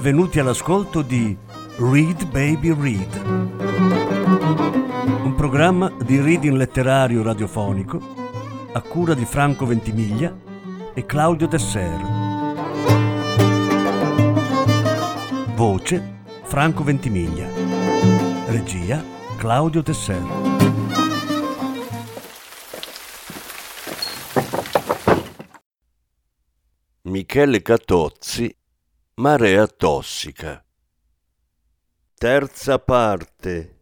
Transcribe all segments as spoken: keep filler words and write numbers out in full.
benvenuti all'ascolto di Read Baby Read, un programma di reading letterario radiofonico a cura di Franco Ventimiglia e Claudio Desser. Voce Franco Ventimiglia. Regia Claudio Desser. Michele Catozzi, Marea tossica. Terza parte.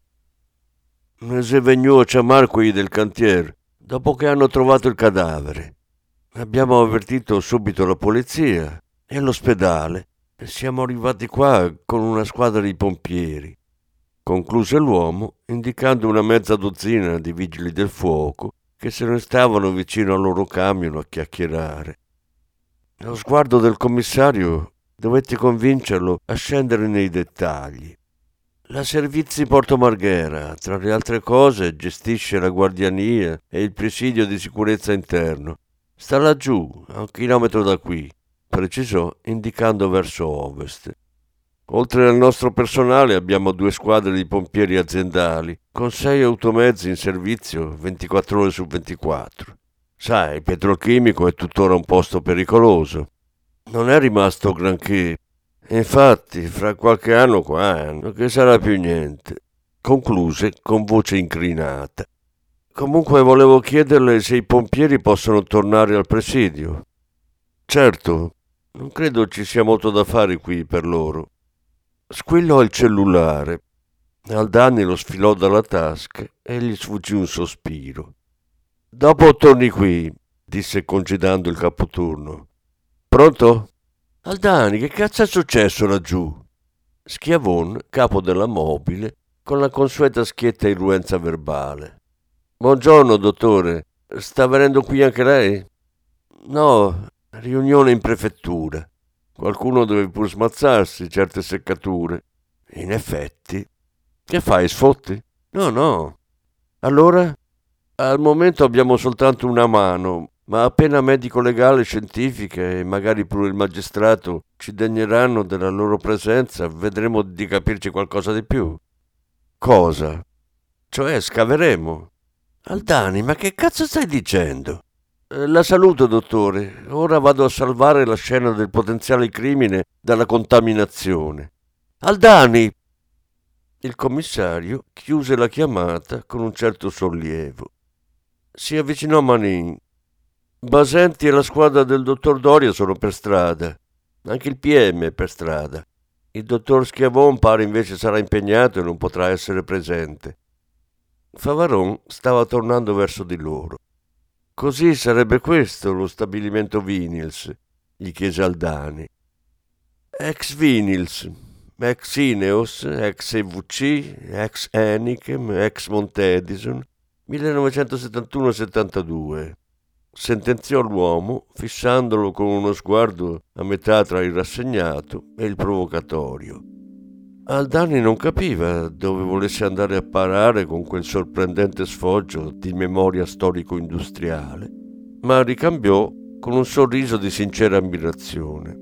Mi si è venuto a chiamare quelli del cantiere dopo che hanno trovato il cadavere. Abbiamo avvertito subito la polizia e l'ospedale e siamo arrivati qua con una squadra di pompieri, concluse l'uomo indicando una mezza dozzina di vigili del fuoco che se ne stavano vicino al loro camion a chiacchierare. Lo sguardo del commissario dovetti convincerlo a scendere nei dettagli. La Servizi Porto Marghera, tra le altre cose, gestisce la guardiania e il presidio di sicurezza interno. Sta laggiù, a un chilometro da qui, precisò indicando verso ovest. Oltre al nostro personale abbiamo due squadre di pompieri aziendali, con sei automezzi in servizio ventiquattro ore su ventiquattro. Sai, il petrolchimico è tuttora un posto pericoloso. Non è rimasto granché. Infatti, fra qualche anno qua, non che sarà più niente, concluse con voce incrinata. Comunque volevo chiederle se i pompieri possono tornare al presidio. Certo, non credo ci sia molto da fare qui per loro. Squillò il cellulare. Aldani lo sfilò dalla tasca e gli sfuggì un sospiro. Dopo torni qui, disse concedendo il capoturno. Pronto? Aldani, che cazzo è successo laggiù? Schiavon, capo della mobile, con la consueta schietta irruenza verbale. Buongiorno, dottore. Sta venendo qui anche lei? No, riunione in prefettura. Qualcuno deve pur smazzarsi certe seccature. In effetti. Che fai, sfotti? No, no. Allora? Al momento abbiamo soltanto una mano, ma appena medico legale, scientifica e magari pure il magistrato ci degneranno della loro presenza, vedremo di capirci qualcosa di più. Cosa? Cioè scaveremo. Aldani, ma che cazzo stai dicendo? Eh, la saluto, dottore. Ora vado a salvare la scena del potenziale crimine dalla contaminazione. Aldani! Il commissario chiuse la chiamata con un certo sollievo. Si avvicinò a Manin. Basenti e la squadra del dottor Doria sono per strada. Anche il P M è per strada. Il dottor Schiavon pare invece sarà impegnato e non potrà essere presente. Favaron stava tornando verso di loro. Così sarebbe questo lo stabilimento Vinyls? Gli chiese Aldani. Ex Vinyls, ex Ineos, ex E V C, ex Enichem, ex Montedison, millenovecentosettantuno settantadue, sentenziò l'uomo fissandolo con uno sguardo a metà tra il rassegnato e il provocatorio. Aldani non capiva dove volesse andare a parare con quel sorprendente sfoggio di memoria storico-industriale, ma ricambiò con un sorriso di sincera ammirazione.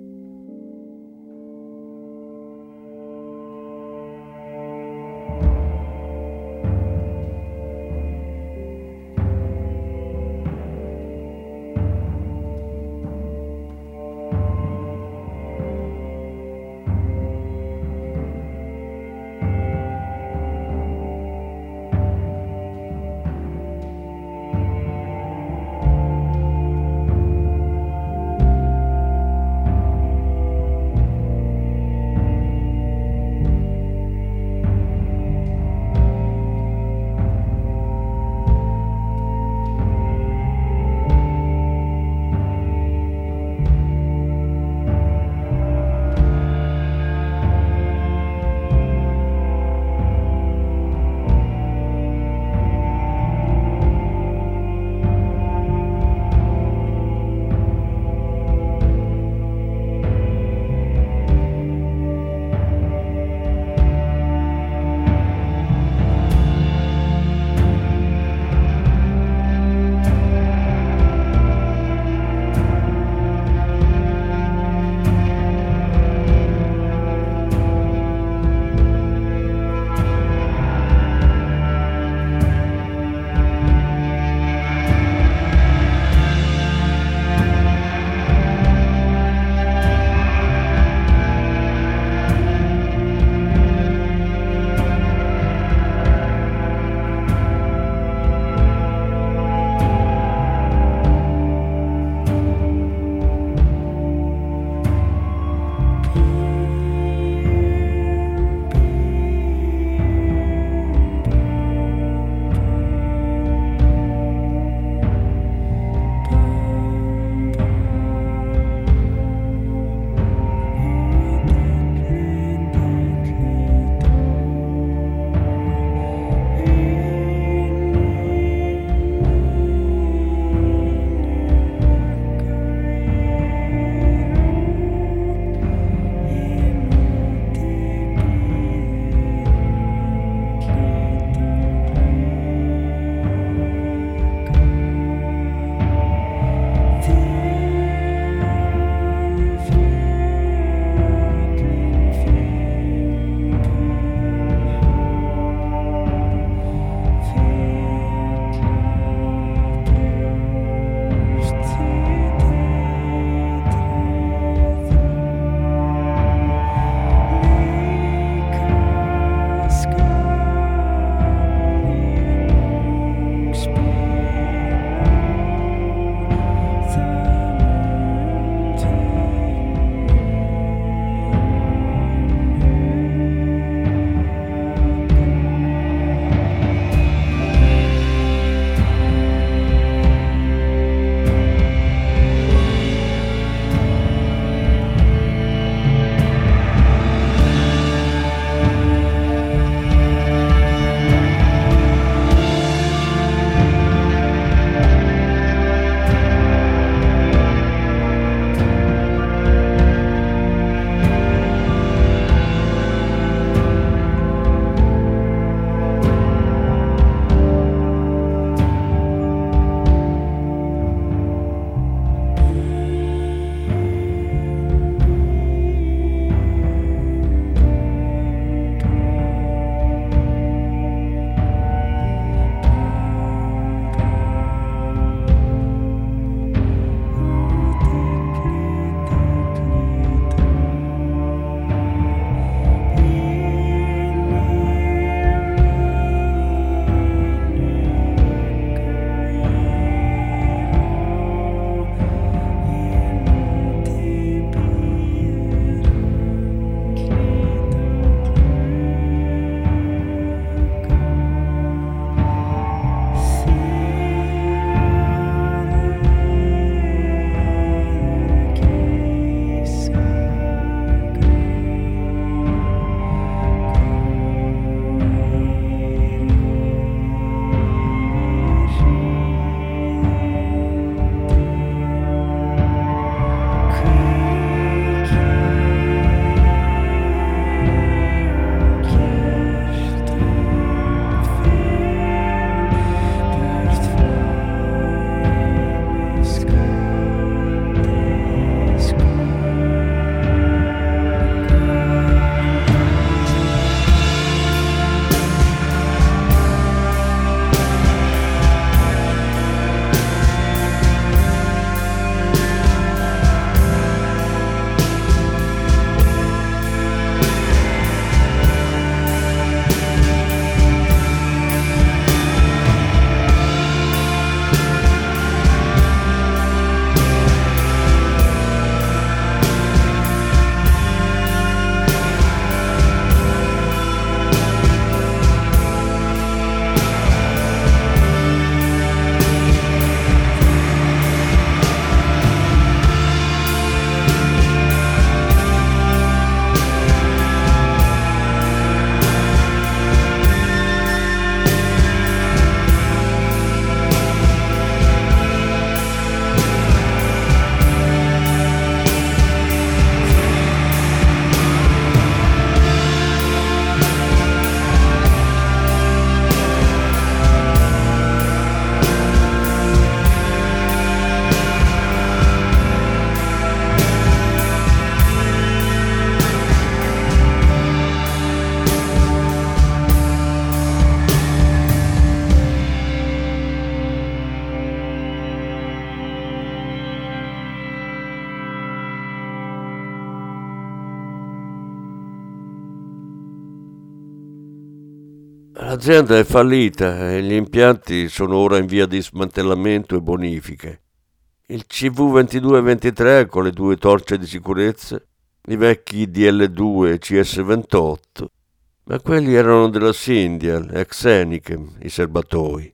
L'azienda è fallita e gli impianti sono ora in via di smantellamento e bonifiche. Il C V ventidue ventitré con le due torce di sicurezza, i vecchi D L due e C S ventotto, ma quelli erano della Syndial, ex Enichem, i serbatoi.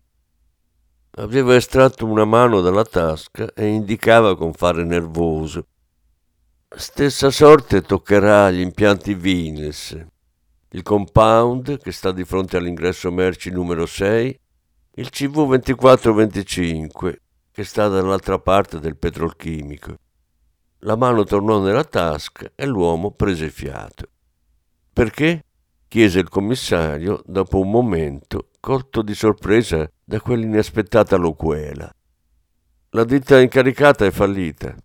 Aveva estratto una mano dalla tasca e indicava con fare nervoso. Stessa sorte toccherà agli impianti Vinyls, il compound che sta di fronte all'ingresso merci numero sei, il C V ventiquattro venticinque che sta dall'altra parte del petrolchimico. La mano tornò nella tasca e l'uomo prese fiato. Perché? Chiese il commissario dopo un momento, colto di sorpresa da quell'inaspettata loquela. La ditta incaricata è fallita.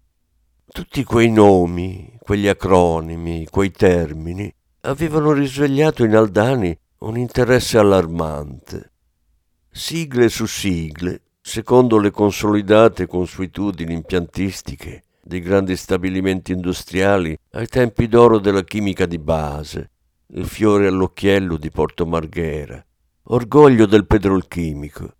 Tutti quei nomi, quegli acronimi, quei termini avevano risvegliato in Aldani un interesse allarmante. Sigle su sigle, secondo le consolidate consuetudini impiantistiche dei grandi stabilimenti industriali ai tempi d'oro della chimica di base, il fiore all'occhiello di Porto Marghera, orgoglio del petrolchimico.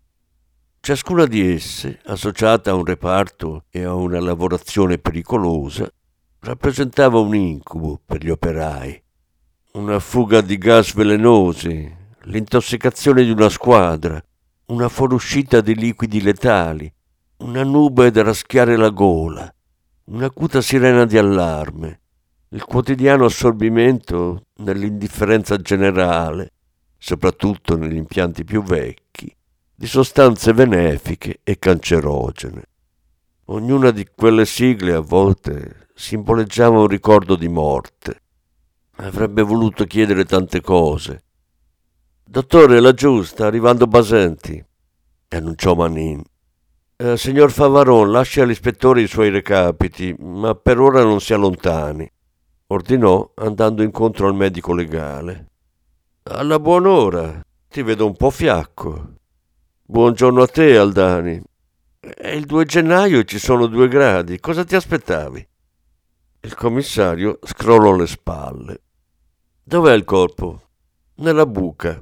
Ciascuna di esse, associata a un reparto e a una lavorazione pericolosa, rappresentava un incubo per gli operai, una fuga di gas velenosi, l'intossicazione di una squadra, una fuoriuscita di liquidi letali, una nube da raschiare la gola, un'acuta sirena di allarme, il quotidiano assorbimento nell'indifferenza generale, soprattutto negli impianti più vecchi, di sostanze benefiche e cancerogene. Ognuna di quelle sigle a volte simboleggiava un ricordo di morte. Avrebbe voluto chiedere tante cose. «Dottore, laggiù sta arrivando Basenti», annunciò Manin. Eh, «Signor Favaron, lasci all'ispettore i suoi recapiti, ma per ora non si allontani», ordinò andando incontro al medico legale. «Alla buon'ora, ti vedo un po' fiacco». «Buongiorno a te, Aldani. È il due gennaio e ci sono due gradi. Cosa ti aspettavi?» Il commissario scrollò le spalle. «Dov'è il corpo?» «Nella buca».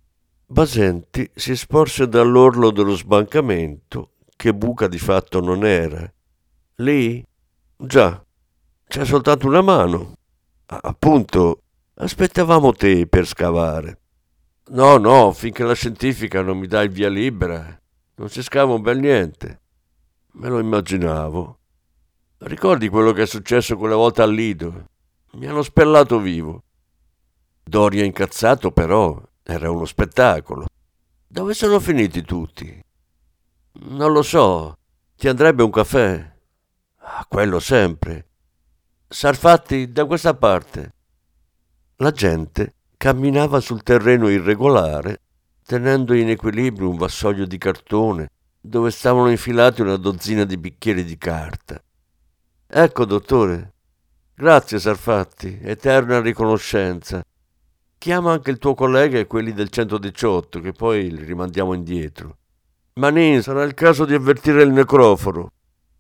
Basenti si sporse dall'orlo dello sbancamento, che buca di fatto non era. «Lì?» «Già, c'è soltanto una mano». «Appunto, aspettavamo te per scavare». «No, no, finché la scientifica non mi dà il via libera, non si scava un bel niente». «Me lo immaginavo». «Ricordi quello che è successo quella volta al Lido? Mi hanno spellato vivo». Doria incazzato però era uno spettacolo. «Dove sono finiti tutti?» «Non lo so. Ti andrebbe un caffè?» «Ah, quello sempre». «Sarfatti, da questa parte». La gente camminava sul terreno irregolare, tenendo in equilibrio un vassoio di cartone dove stavano infilati una dozzina di bicchieri di carta. «Ecco, dottore». «Grazie, Sarfatti, eterna riconoscenza. Chiama anche il tuo collega e quelli del centodiciotto, che poi li rimandiamo indietro. Manin, sarà il caso di avvertire il necroforo».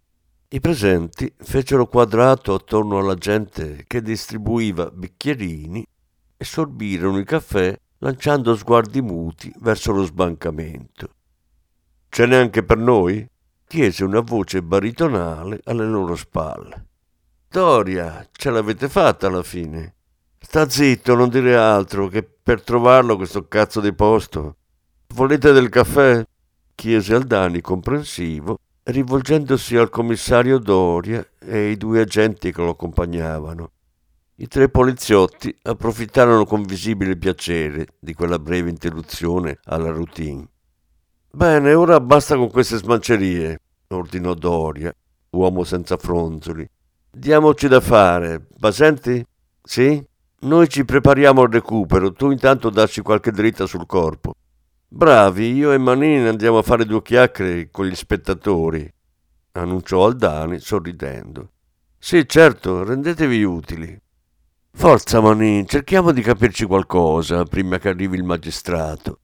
I presenti fecero quadrato attorno alla gente che distribuiva bicchierini e sorbirono il caffè lanciando sguardi muti verso lo sbancamento. «Ce n'è anche per noi?» chiese una voce baritonale alle loro spalle. «Doria, ce l'avete fatta alla fine?» «Sta zitto, non dire altro, che per trovarlo questo cazzo di posto». «Volete del caffè?» chiese Aldani comprensivo, rivolgendosi al commissario Doria e ai due agenti che lo accompagnavano. I tre poliziotti approfittarono con visibile piacere di quella breve interruzione alla routine. «Bene, ora basta con queste smancerie», ordinò Doria, uomo senza fronzoli. «Diamoci da fare. Basenti?» «Sì? Noi ci prepariamo al recupero, tu intanto dacci qualche dritta sul corpo». «Bravi, io e Manin andiamo a fare due chiacchiere con gli spettatori», annunciò Aldani sorridendo. «Sì, certo, rendetevi utili». «Forza, Manin, cerchiamo di capirci qualcosa prima che arrivi il magistrato».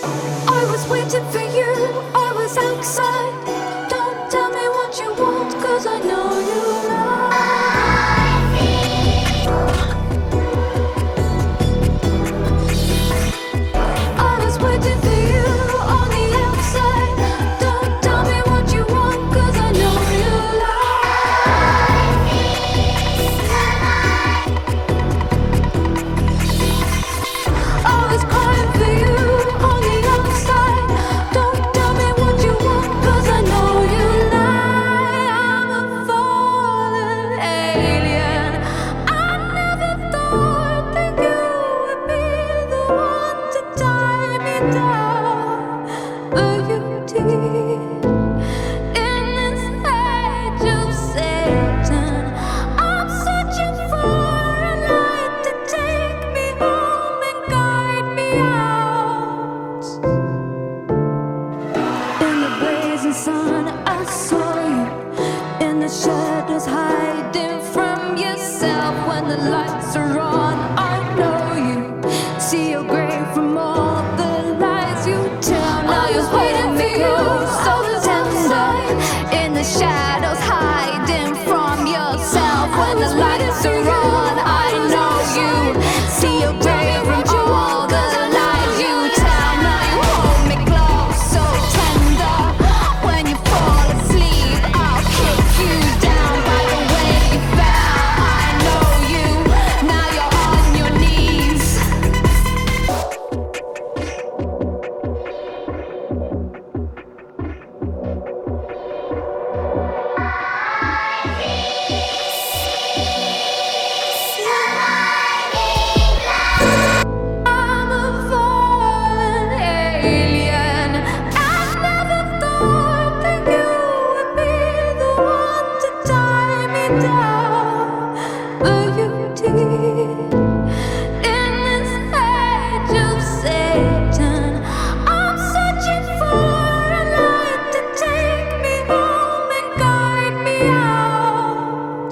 I was waiting for you, I was outside. Don't tell me what you want, cause I know you lie. I was waiting for you on the outside. Don't tell me what you want, cause I know you lie. I was crying for you on the outside. Don't tell me what you want, cause I know you lie. I'm a fallen alien. I never thought that you would be the one to tie me down. But you did. In this age of Satan, I'm searching for a light to take me home and guide me out. In the blazing sun, I saw you. In the shadows, hiding from yourself. When the lights are on, I know you. See your grave from all the lies you tell. Now you're waiting for you, so tender. In the shadows, hiding from yourself. When the lights are on, I know you. See your grave from all the lies you tell. Now you hold me close, so tender. When you fall asleep, I'll kick you down by the way you fell. I know you. Now you're on your knees. I'm a fallen alien. I never thought that you would be the one to tie me down. But you did. In this age of Satan, I'm searching for a light to take me home and guide me out.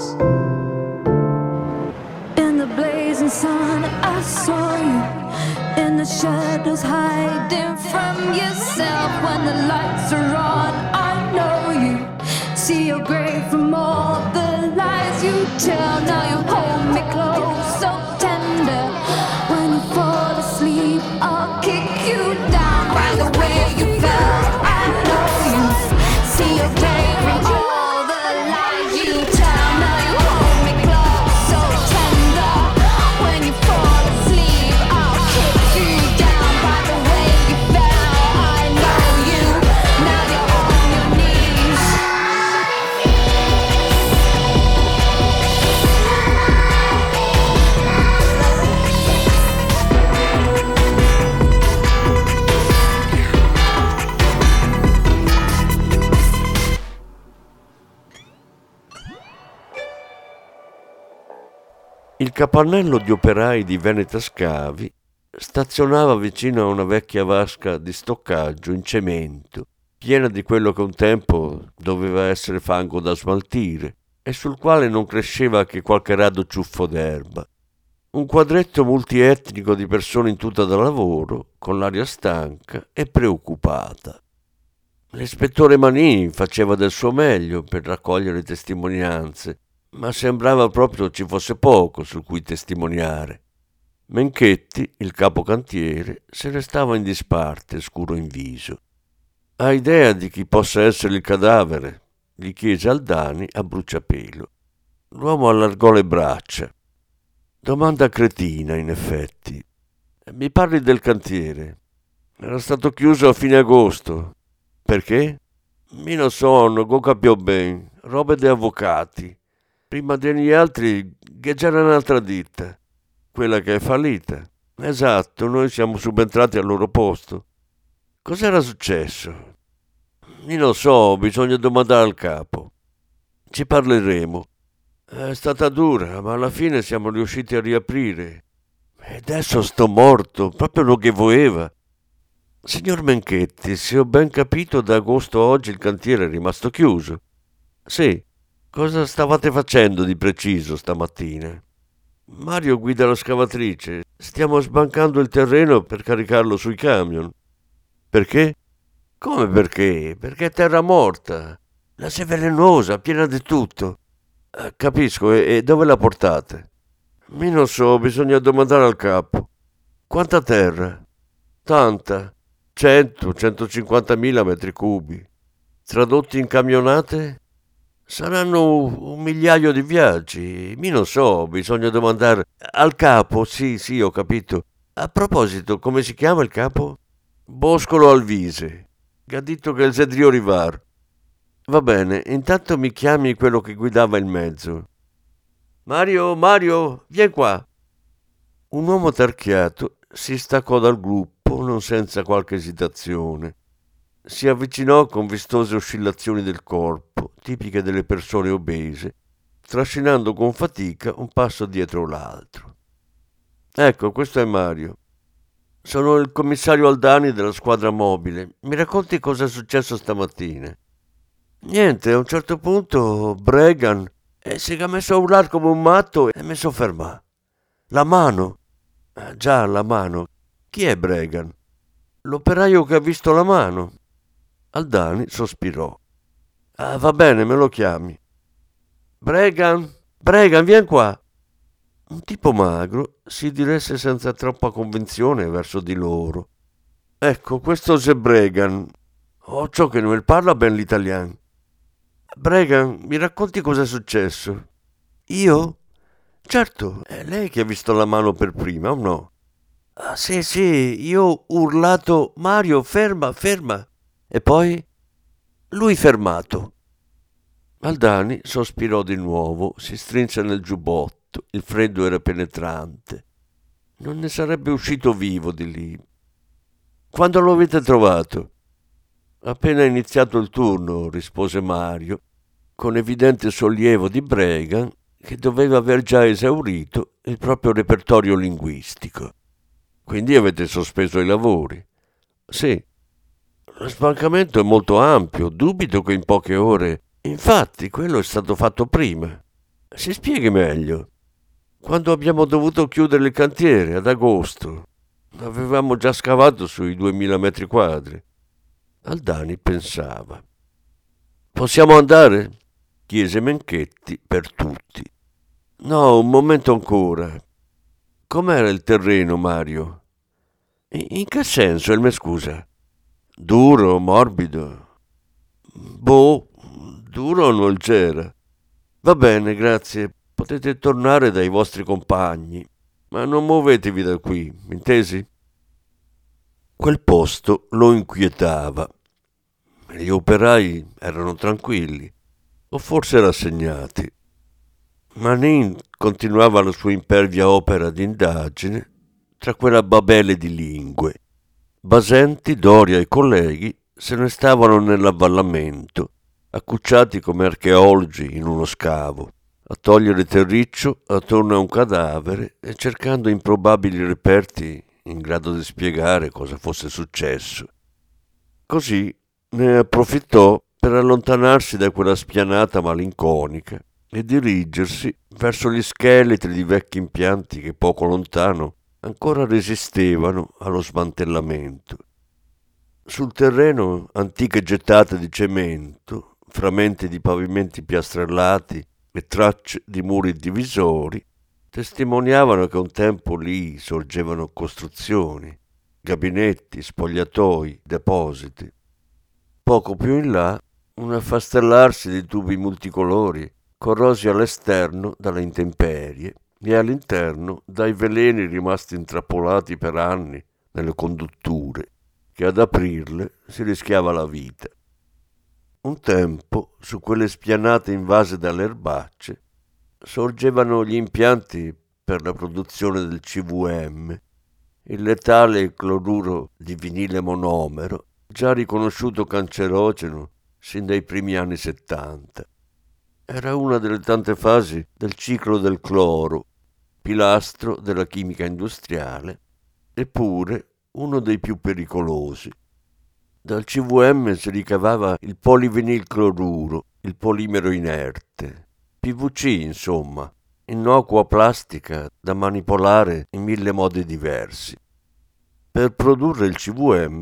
In the blazing sun, I saw you. In the shadows, hiding from yourself. When the lights are on, I know you. See your grave from all the lies you tell. Now you hold me close, so tender. When you fall asleep, I'll kick you down by the way you fell. I know you. See your grave from all the lies you tell. Now you hold me close, so tender. When you fall asleep, I'll kick you down by the way you fell. I know you. Now you're on your knees. Il capannello di operai di Veneta Scavi stazionava vicino a una vecchia vasca di stoccaggio in cemento, piena di quello che un tempo doveva essere fango da smaltire e sul quale non cresceva che qualche rado ciuffo d'erba. Un quadretto multietnico di persone in tuta da lavoro, con l'aria stanca e preoccupata. L'ispettore Manin faceva del suo meglio per raccogliere testimonianze, ma sembrava proprio ci fosse poco su cui testimoniare. Menchetti, il capocantiere, se ne stava in disparte, scuro in viso. Ha idea di chi possa essere il cadavere? Gli chiese Aldani a bruciapelo. L'uomo allargò le braccia. Domanda cretina, in effetti. Mi parli del cantiere. Era stato chiuso a fine agosto. Perché? Mi non so, non capivo ben. Robe di avvocati. Prima degli altri che c'era un'altra ditta, quella che è fallita. Esatto, noi siamo subentrati al loro posto. Cos'era successo? Io non so, bisogna domandare al capo. Ci parleremo. È stata dura, ma alla fine siamo riusciti a riaprire. E adesso sto morto, proprio lo che voleva. Signor Menchetti, se ho ben capito, da agosto a oggi il cantiere è rimasto chiuso. Sì. Cosa stavate facendo di preciso stamattina? Mario guida la scavatrice. Stiamo sbancando il terreno per caricarlo sui camion. Perché? Come perché? Perché è terra morta. La sei velenosa, piena di tutto. Eh, capisco, e, e dove la portate? Mi non so, bisogna domandare al capo. Quanta terra? Tanta. cento centocinquantamila metri cubi. Tradotti in camionate? Saranno un migliaio di viaggi. Mi non so, bisogna domandare al capo. Sì, sì, ho capito. A proposito, come si chiama il capo? Boscolo Alvise. Ha detto che è il Zedrio Rivar. Va bene, intanto mi chiami quello che guidava il mezzo. Mario, Mario, vieni qua. Un uomo tarchiato si staccò dal gruppo, non senza qualche esitazione. Si avvicinò con vistose oscillazioni del corpo, tipiche delle persone obese, trascinando con fatica un passo dietro l'altro. Ecco, questo è Mario. Sono il commissario Aldani della squadra mobile. Mi racconti cosa è successo stamattina? Niente, a un certo punto Bregan eh, si è messo a urlare come un matto e mi sono fermato. La mano? Eh, già, la mano. Chi è Bregan? L'operaio che ha visto la mano. Aldani sospirò. Ah, va bene, me lo chiami. Bregan, Bregan, vieni qua. Un tipo magro si diresse senza troppa convinzione verso di loro. Ecco, questo è Bregan. Oh, ciò che non parla ben l'italiano. Bregan, mi racconti cosa è successo? Io? Certo, è lei che ha visto la mano per prima, o no? Ah, sì, sì, io ho urlato Mario, ferma, ferma. E poi? Lui fermato. Aldani sospirò di nuovo, si strinse nel giubbotto. Il freddo era penetrante. Non ne sarebbe uscito vivo di lì. Quando lo avete trovato? Appena iniziato il turno, rispose Mario, con evidente sollievo di Bregan, che doveva aver già esaurito il proprio repertorio linguistico. Quindi avete sospeso i lavori? Sì. Lo spancamento è molto ampio, dubito che in poche ore... Infatti, quello è stato fatto prima. Si spieghi meglio. Quando abbiamo dovuto chiudere il cantiere, ad agosto, avevamo già scavato sui duemila metri quadri. Aldani pensava. Possiamo andare? Chiese Menchetti per tutti. No, un momento ancora. Com'era il terreno, Mario? In che senso, il me scusa? Duro, morbido? Boh, duro non c'era. Va bene, grazie. Potete tornare dai vostri compagni, ma non muovetevi da qui, intesi? Quel posto lo inquietava. Gli operai erano tranquilli, o forse rassegnati. Manin continuava la sua impervia opera di indagine tra quella babele di lingue. Basenti, Doria e colleghi se ne stavano nell'avvallamento, accucciati come archeologi in uno scavo, a togliere terriccio attorno a un cadavere e cercando improbabili reperti in grado di spiegare cosa fosse successo. Così ne approfittò per allontanarsi da quella spianata malinconica e dirigersi verso gli scheletri di vecchi impianti che poco lontano ancora resistevano allo smantellamento. Sul terreno antiche gettate di cemento, frammenti di pavimenti piastrellati e tracce di muri divisori testimoniavano che un tempo lì sorgevano costruzioni, gabinetti, spogliatoi, depositi. Poco più in là un affastellarsi di tubi multicolori corrosi all'esterno dalle intemperie e all'interno dai veleni rimasti intrappolati per anni nelle condutture, che ad aprirle si rischiava la vita. Un tempo, su quelle spianate invase dalle erbacce, sorgevano gli impianti per la produzione del C V M, il letale cloruro di vinile monomero, già riconosciuto cancerogeno sin dai primi anni settanta. Era una delle tante fasi del ciclo del cloro, pilastro della chimica industriale, eppure uno dei più pericolosi. Dal C V M si ricavava il polivinilcloruro, il polimero inerte, P V C insomma, innocua plastica da manipolare in mille modi diversi. Per produrre il C V M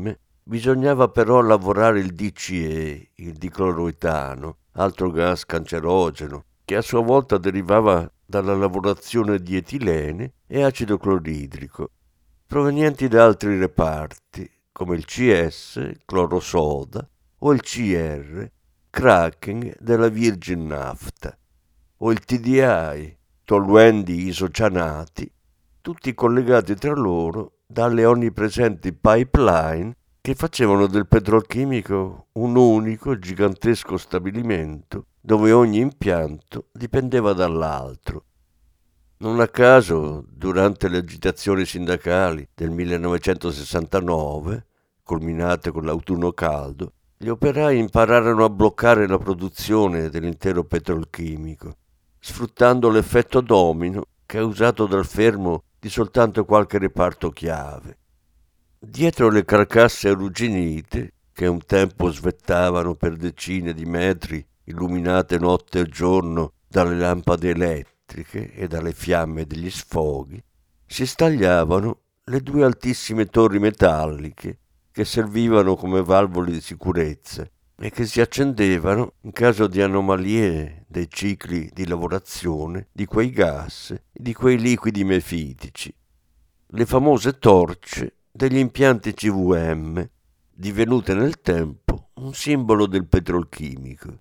bisognava però lavorare il D C E, il dicloroetano, altro gas cancerogeno, che a sua volta derivava dalla lavorazione di etilene e acido cloridrico, provenienti da altri reparti, come il C S, clorosoda, o il C R, cracking della virgin nafta, o il T D I, toluendi isocianati, tutti collegati tra loro dalle onnipresenti pipeline che facevano del petrolchimico un unico gigantesco stabilimento dove ogni impianto dipendeva dall'altro. Non a caso, durante le agitazioni sindacali del millenovecentosessantanove, culminate con l'autunno caldo, gli operai impararono a bloccare la produzione dell'intero petrolchimico, sfruttando l'effetto domino causato dal fermo di soltanto qualche reparto chiave. Dietro le carcasse arrugginite, che un tempo svettavano per decine di metri, illuminate notte e giorno dalle lampade elettriche e dalle fiamme degli sfoghi, si stagliavano le due altissime torri metalliche che servivano come valvole di sicurezza e che si accendevano in caso di anomalie dei cicli di lavorazione di quei gas e di quei liquidi mefitici. Le famose torce degli impianti C V M, divenute nel tempo un simbolo del petrolchimico.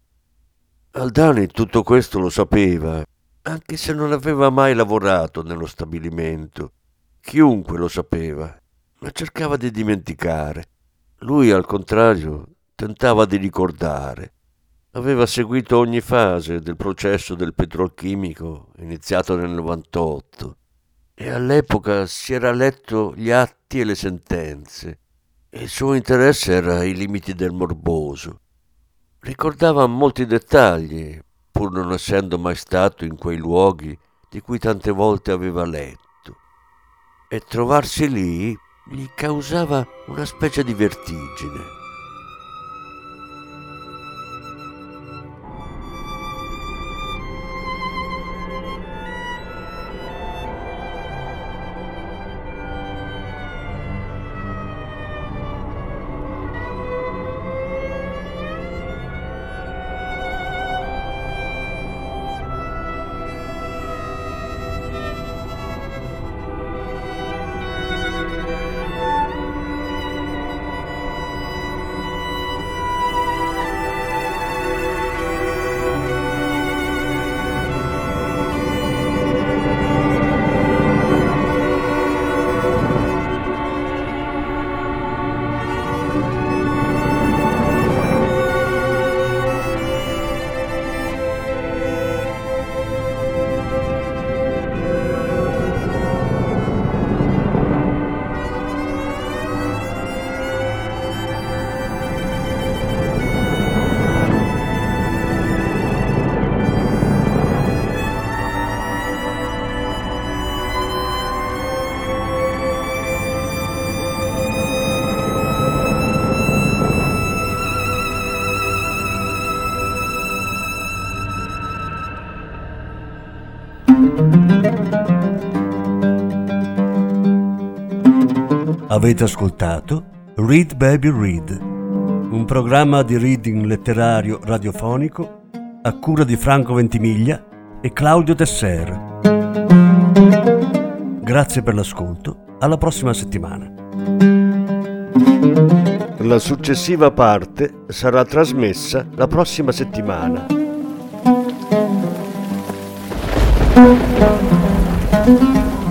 Aldani tutto questo lo sapeva, anche se non aveva mai lavorato nello stabilimento. Chiunque lo sapeva, ma cercava di dimenticare. Lui, al contrario, tentava di ricordare. Aveva seguito ogni fase del processo del petrolchimico, iniziato nel novantotto, e all'epoca si era letto gli atti e le sentenze, e il suo interesse era ai limiti del morboso. Ricordava molti dettagli, pur non essendo mai stato in quei luoghi di cui tante volte aveva letto, e trovarsi lì gli causava una specie di vertigine. Avete ascoltato Read Baby Read, un programma di reading letterario radiofonico a cura di Franco Ventimiglia e Claudio Tesser. Grazie per l'ascolto, alla prossima settimana. La successiva parte sarà trasmessa la prossima settimana.